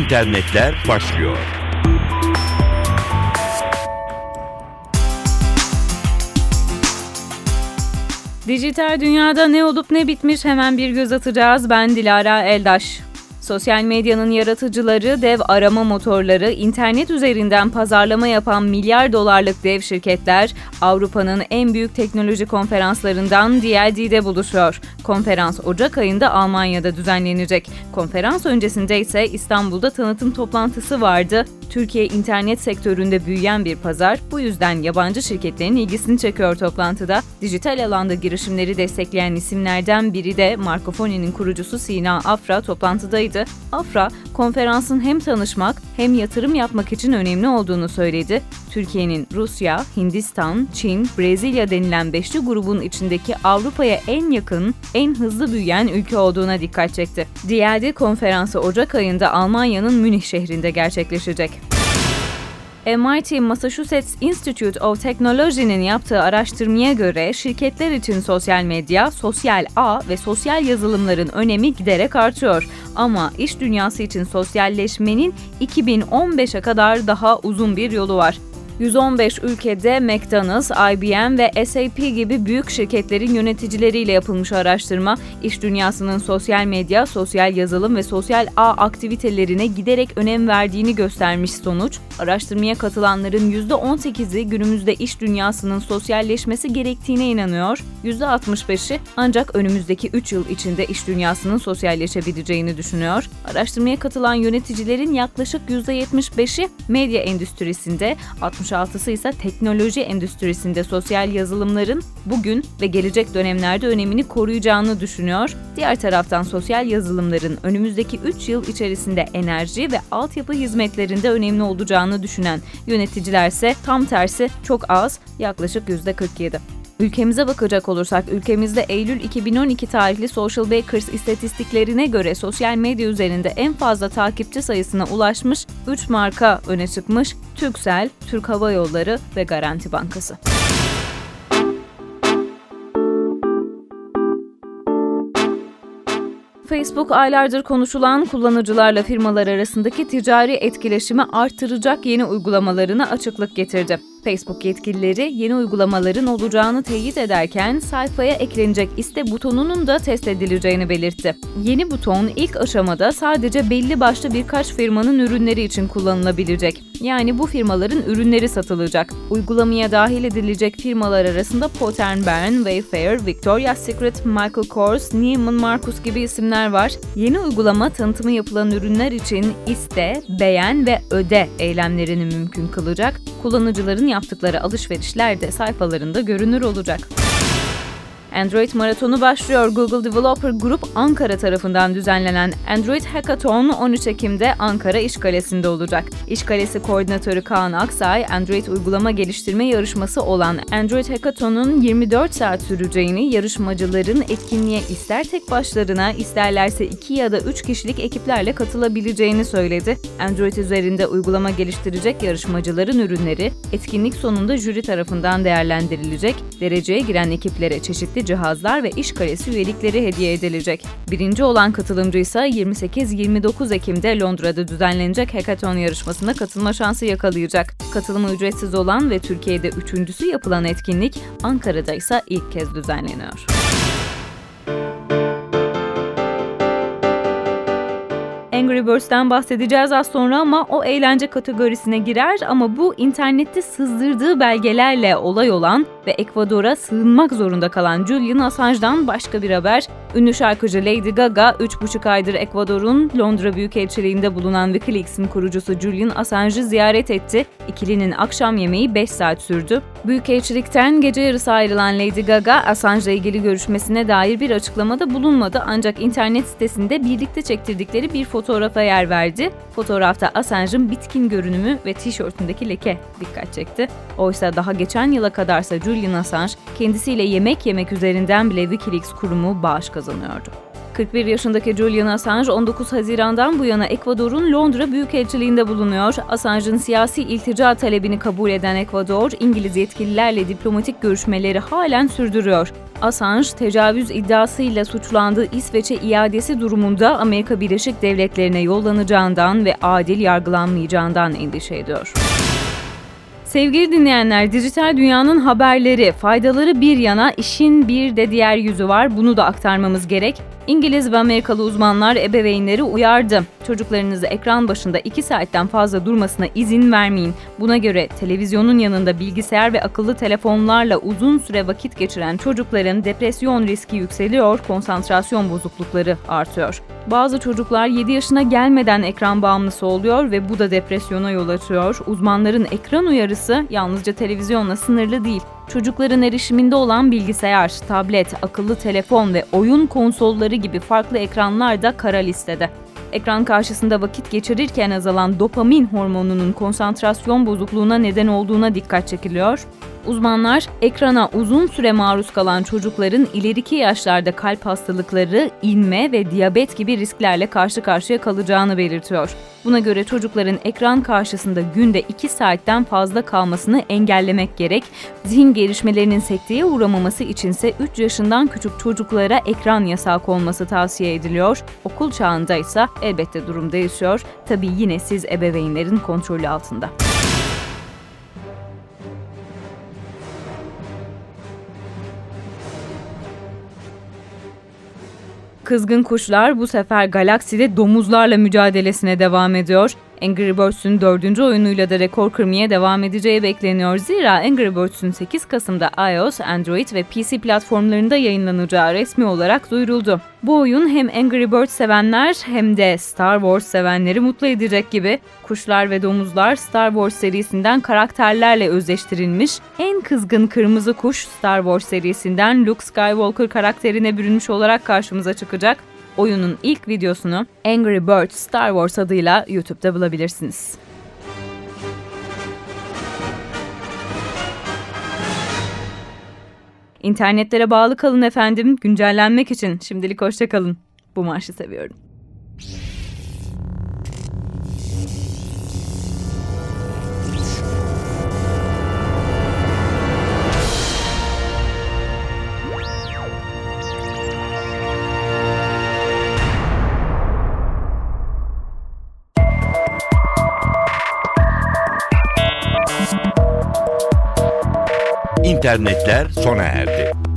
internetler başlıyor. Dijital dünyada ne olup ne bitmiş hemen bir göz atacağız. Ben Dilara Eldaş. Sosyal medyanın yaratıcıları, dev arama motorları, internet üzerinden pazarlama yapan milyar dolarlık dev şirketler, Avrupa'nın en büyük teknoloji konferanslarından DLD'de buluşuyor. Konferans Ocak ayında Almanya'da düzenlenecek. Konferans öncesinde ise İstanbul'da tanıtım toplantısı vardı. Türkiye internet sektöründe büyüyen bir pazar, bu yüzden yabancı şirketlerin ilgisini çekiyor toplantıda. Dijital alanda girişimleri destekleyen isimlerden biri de Marcofoni'nin kurucusu Sina Afra toplantıdaydı. Afra, konferansın hem tanışmak hem yatırım yapmak için önemli olduğunu söyledi. Türkiye'nin Rusya, Hindistan, Çin, Brezilya denilen beşli grubun içindeki Avrupa'ya en yakın, en hızlı büyüyen ülke olduğuna dikkat çekti. DLD konferansı Ocak ayında Almanya'nın Münih şehrinde gerçekleşecek. MIT Massachusetts Institute of Technology'nin yaptığı araştırmaya göre şirketler için sosyal medya, sosyal ağ ve sosyal yazılımların önemi giderek artıyor. Ama iş dünyası için sosyalleşmenin 2015'e kadar daha uzun bir yolu var. 115 ülkede McDonald's, IBM ve SAP gibi büyük şirketlerin yöneticileriyle yapılmış araştırma, iş dünyasının sosyal medya, sosyal yazılım ve sosyal ağ aktivitelerine giderek önem verdiğini göstermiş sonuç. Araştırmaya katılanların %18'i günümüzde iş dünyasının sosyalleşmesi gerektiğine inanıyor, %65'i ancak önümüzdeki 3 yıl içinde iş dünyasının sosyalleşebileceğini düşünüyor. Araştırmaya katılan yöneticilerin yaklaşık %75'i medya endüstrisinde, 66'sı ise teknoloji endüstrisinde sosyal yazılımların bugün ve gelecek dönemlerde önemini koruyacağını düşünüyor. Diğer taraftan sosyal yazılımların önümüzdeki 3 yıl içerisinde enerji ve altyapı hizmetlerinde önemli olacağını düşünen yöneticiler ise tam tersi çok az, yaklaşık %47. Ülkemize bakacak olursak, ülkemizde Eylül 2012 tarihli Social Bakers istatistiklerine göre sosyal medya üzerinde en fazla takipçi sayısına ulaşmış 3 marka öne çıkmış: Turkcell, Türk Hava Yolları ve Garanti Bankası. Facebook aylardır konuşulan kullanıcılarla firmalar arasındaki ticari etkileşimi artıracak yeni uygulamalarına açıklık getirdi. Facebook yetkilileri yeni uygulamaların olacağını teyit ederken sayfaya eklenecek iste butonunun da test edileceğini belirtti. Yeni buton ilk aşamada sadece belli başlı birkaç firmanın ürünleri için kullanılabilecek. Yani bu firmaların ürünleri satılacak. Uygulamaya dahil edilecek firmalar arasında Procter & Gamble, Wayfair, Victoria's Secret, Michael Kors, Neiman Marcus gibi isimler var. Yeni uygulama tanıtımı yapılan ürünler için iste, beğen ve öde eylemlerini mümkün kılacak. Kullanıcıların yaptıkları alışverişler de sayfalarında görünür olacak. Android Maratonu başlıyor. Google Developer Group Ankara tarafından düzenlenen Android Hackathon 13 Ekim'de Ankara İşkalesi'nde olacak. İşkalesi Koordinatörü Kaan Aksay, Android uygulama geliştirme yarışması olan Android Hackathon'un 24 saat süreceğini, yarışmacıların etkinliğe ister tek başlarına, isterlerse 2 ya da 3 kişilik ekiplerle katılabileceğini söyledi. Android üzerinde uygulama geliştirecek yarışmacıların ürünleri etkinlik sonunda jüri tarafından değerlendirilecek. Dereceye giren ekiplere çeşitli cihazlar ve İşkalesi üyelikleri hediye edilecek. Birinci olan katılımcı ise 28-29 Ekim'de Londra'da düzenlenecek Hackathon yarışmasına katılma şansı yakalayacak. Katılımı ücretsiz olan ve Türkiye'de üçüncüsü yapılan etkinlik Ankara'da ise ilk kez düzenleniyor. Angry Birds'ten bahsedeceğiz az sonra ama o eğlence kategorisine girer, ama bu internette sızdırdığı belgelerle olay olan ve Ekvador'a sığınmak zorunda kalan Julian Assange'dan başka bir haber. Ünlü şarkıcı Lady Gaga 3,5 aydır Ekvador'un Londra Büyükelçiliğinde bulunan WikiLeaks'in kurucusu Julian Assange'ı ziyaret etti. İkilinin akşam yemeği 5 saat sürdü. Büyükelçilikten gece yarısı ayrılan Lady Gaga, Assange'la ilgili görüşmesine dair bir açıklamada bulunmadı, ancak internet sitesinde birlikte çektirdikleri bir fotoğrafa yer verdi. Fotoğrafta Assange'ın bitkin görünümü ve tişörtündeki leke dikkat çekti. Oysa daha geçen yıla kadarsa Julian Assange kendisiyle yemek yemek üzerinden bile WikiLeaks kurumu bağış kazanıyordu. 41 yaşındaki Julian Assange 19 Haziran'dan bu yana Ekvador'un Londra Büyükelçiliğinde bulunuyor. Assange'ın siyasi iltica talebini kabul eden Ekvador, İngiliz yetkililerle diplomatik görüşmeleri halen sürdürüyor. Assange, tecavüz iddiasıyla suçlandığı İsveç'e iadesi durumunda Amerika Birleşik Devletleri'ne yollanacağından ve adil yargılanmayacağından endişe ediyor. Sevgili dinleyenler, dijital dünyanın haberleri, faydaları bir yana, işin bir de diğer yüzü var. Bunu da aktarmamız gerek. İngiliz ve Amerikalı uzmanlar ebeveynleri uyardı. Çocuklarınızı ekran başında 2 saatten fazla durmasına izin vermeyin. Buna göre televizyonun yanında bilgisayar ve akıllı telefonlarla uzun süre vakit geçiren çocukların depresyon riski yükseliyor, konsantrasyon bozuklukları artıyor. Bazı çocuklar 7 yaşına gelmeden ekran bağımlısı oluyor ve bu da depresyona yol açıyor. Uzmanların ekran uyarısı yalnızca televizyonla sınırlı değil. Çocukların erişiminde olan bilgisayar, tablet, akıllı telefon ve oyun konsolları gibi farklı ekranlar da kara listede. Ekran karşısında vakit geçirirken azalan dopamin hormonunun konsantrasyon bozukluğuna neden olduğuna dikkat çekiliyor. Uzmanlar, ekrana uzun süre maruz kalan çocukların ileriki yaşlarda kalp hastalıkları, inme ve diyabet gibi risklerle karşı karşıya kalacağını belirtiyor. Buna göre çocukların ekran karşısında günde 2 saatten fazla kalmasını engellemek gerek. Zihin gelişmelerinin sekteye uğramaması içinse 3 yaşından küçük çocuklara ekran yasağı konması tavsiye ediliyor. Okul çağında ise elbette durum değişiyor. Tabii yine siz ebeveynlerin kontrolü altında. Kızgın kuşlar bu sefer galakside domuzlarla mücadelesine devam ediyor. Angry Birds'ün 4. oyunuyla da rekor kırmaya devam edeceği bekleniyor. Zira Angry Birds'ün 8 Kasım'da iOS, Android ve PC platformlarında yayınlanacağı resmi olarak duyuruldu. Bu oyun hem Angry Birds sevenler hem de Star Wars sevenleri mutlu edecek gibi. Kuşlar ve domuzlar Star Wars serisinden karakterlerle özdeştirilmiş. En kızgın kırmızı kuş Star Wars serisinden Luke Skywalker karakterine bürünmüş olarak karşımıza çıkacak. Oyunun ilk videosunu Angry Birds Star Wars adıyla YouTube'da bulabilirsiniz. İnternetlere bağlı kalın efendim. Güncellenmek için şimdilik hoşça kalın. Bu marşı seviyorum. İnternetler sona erdi.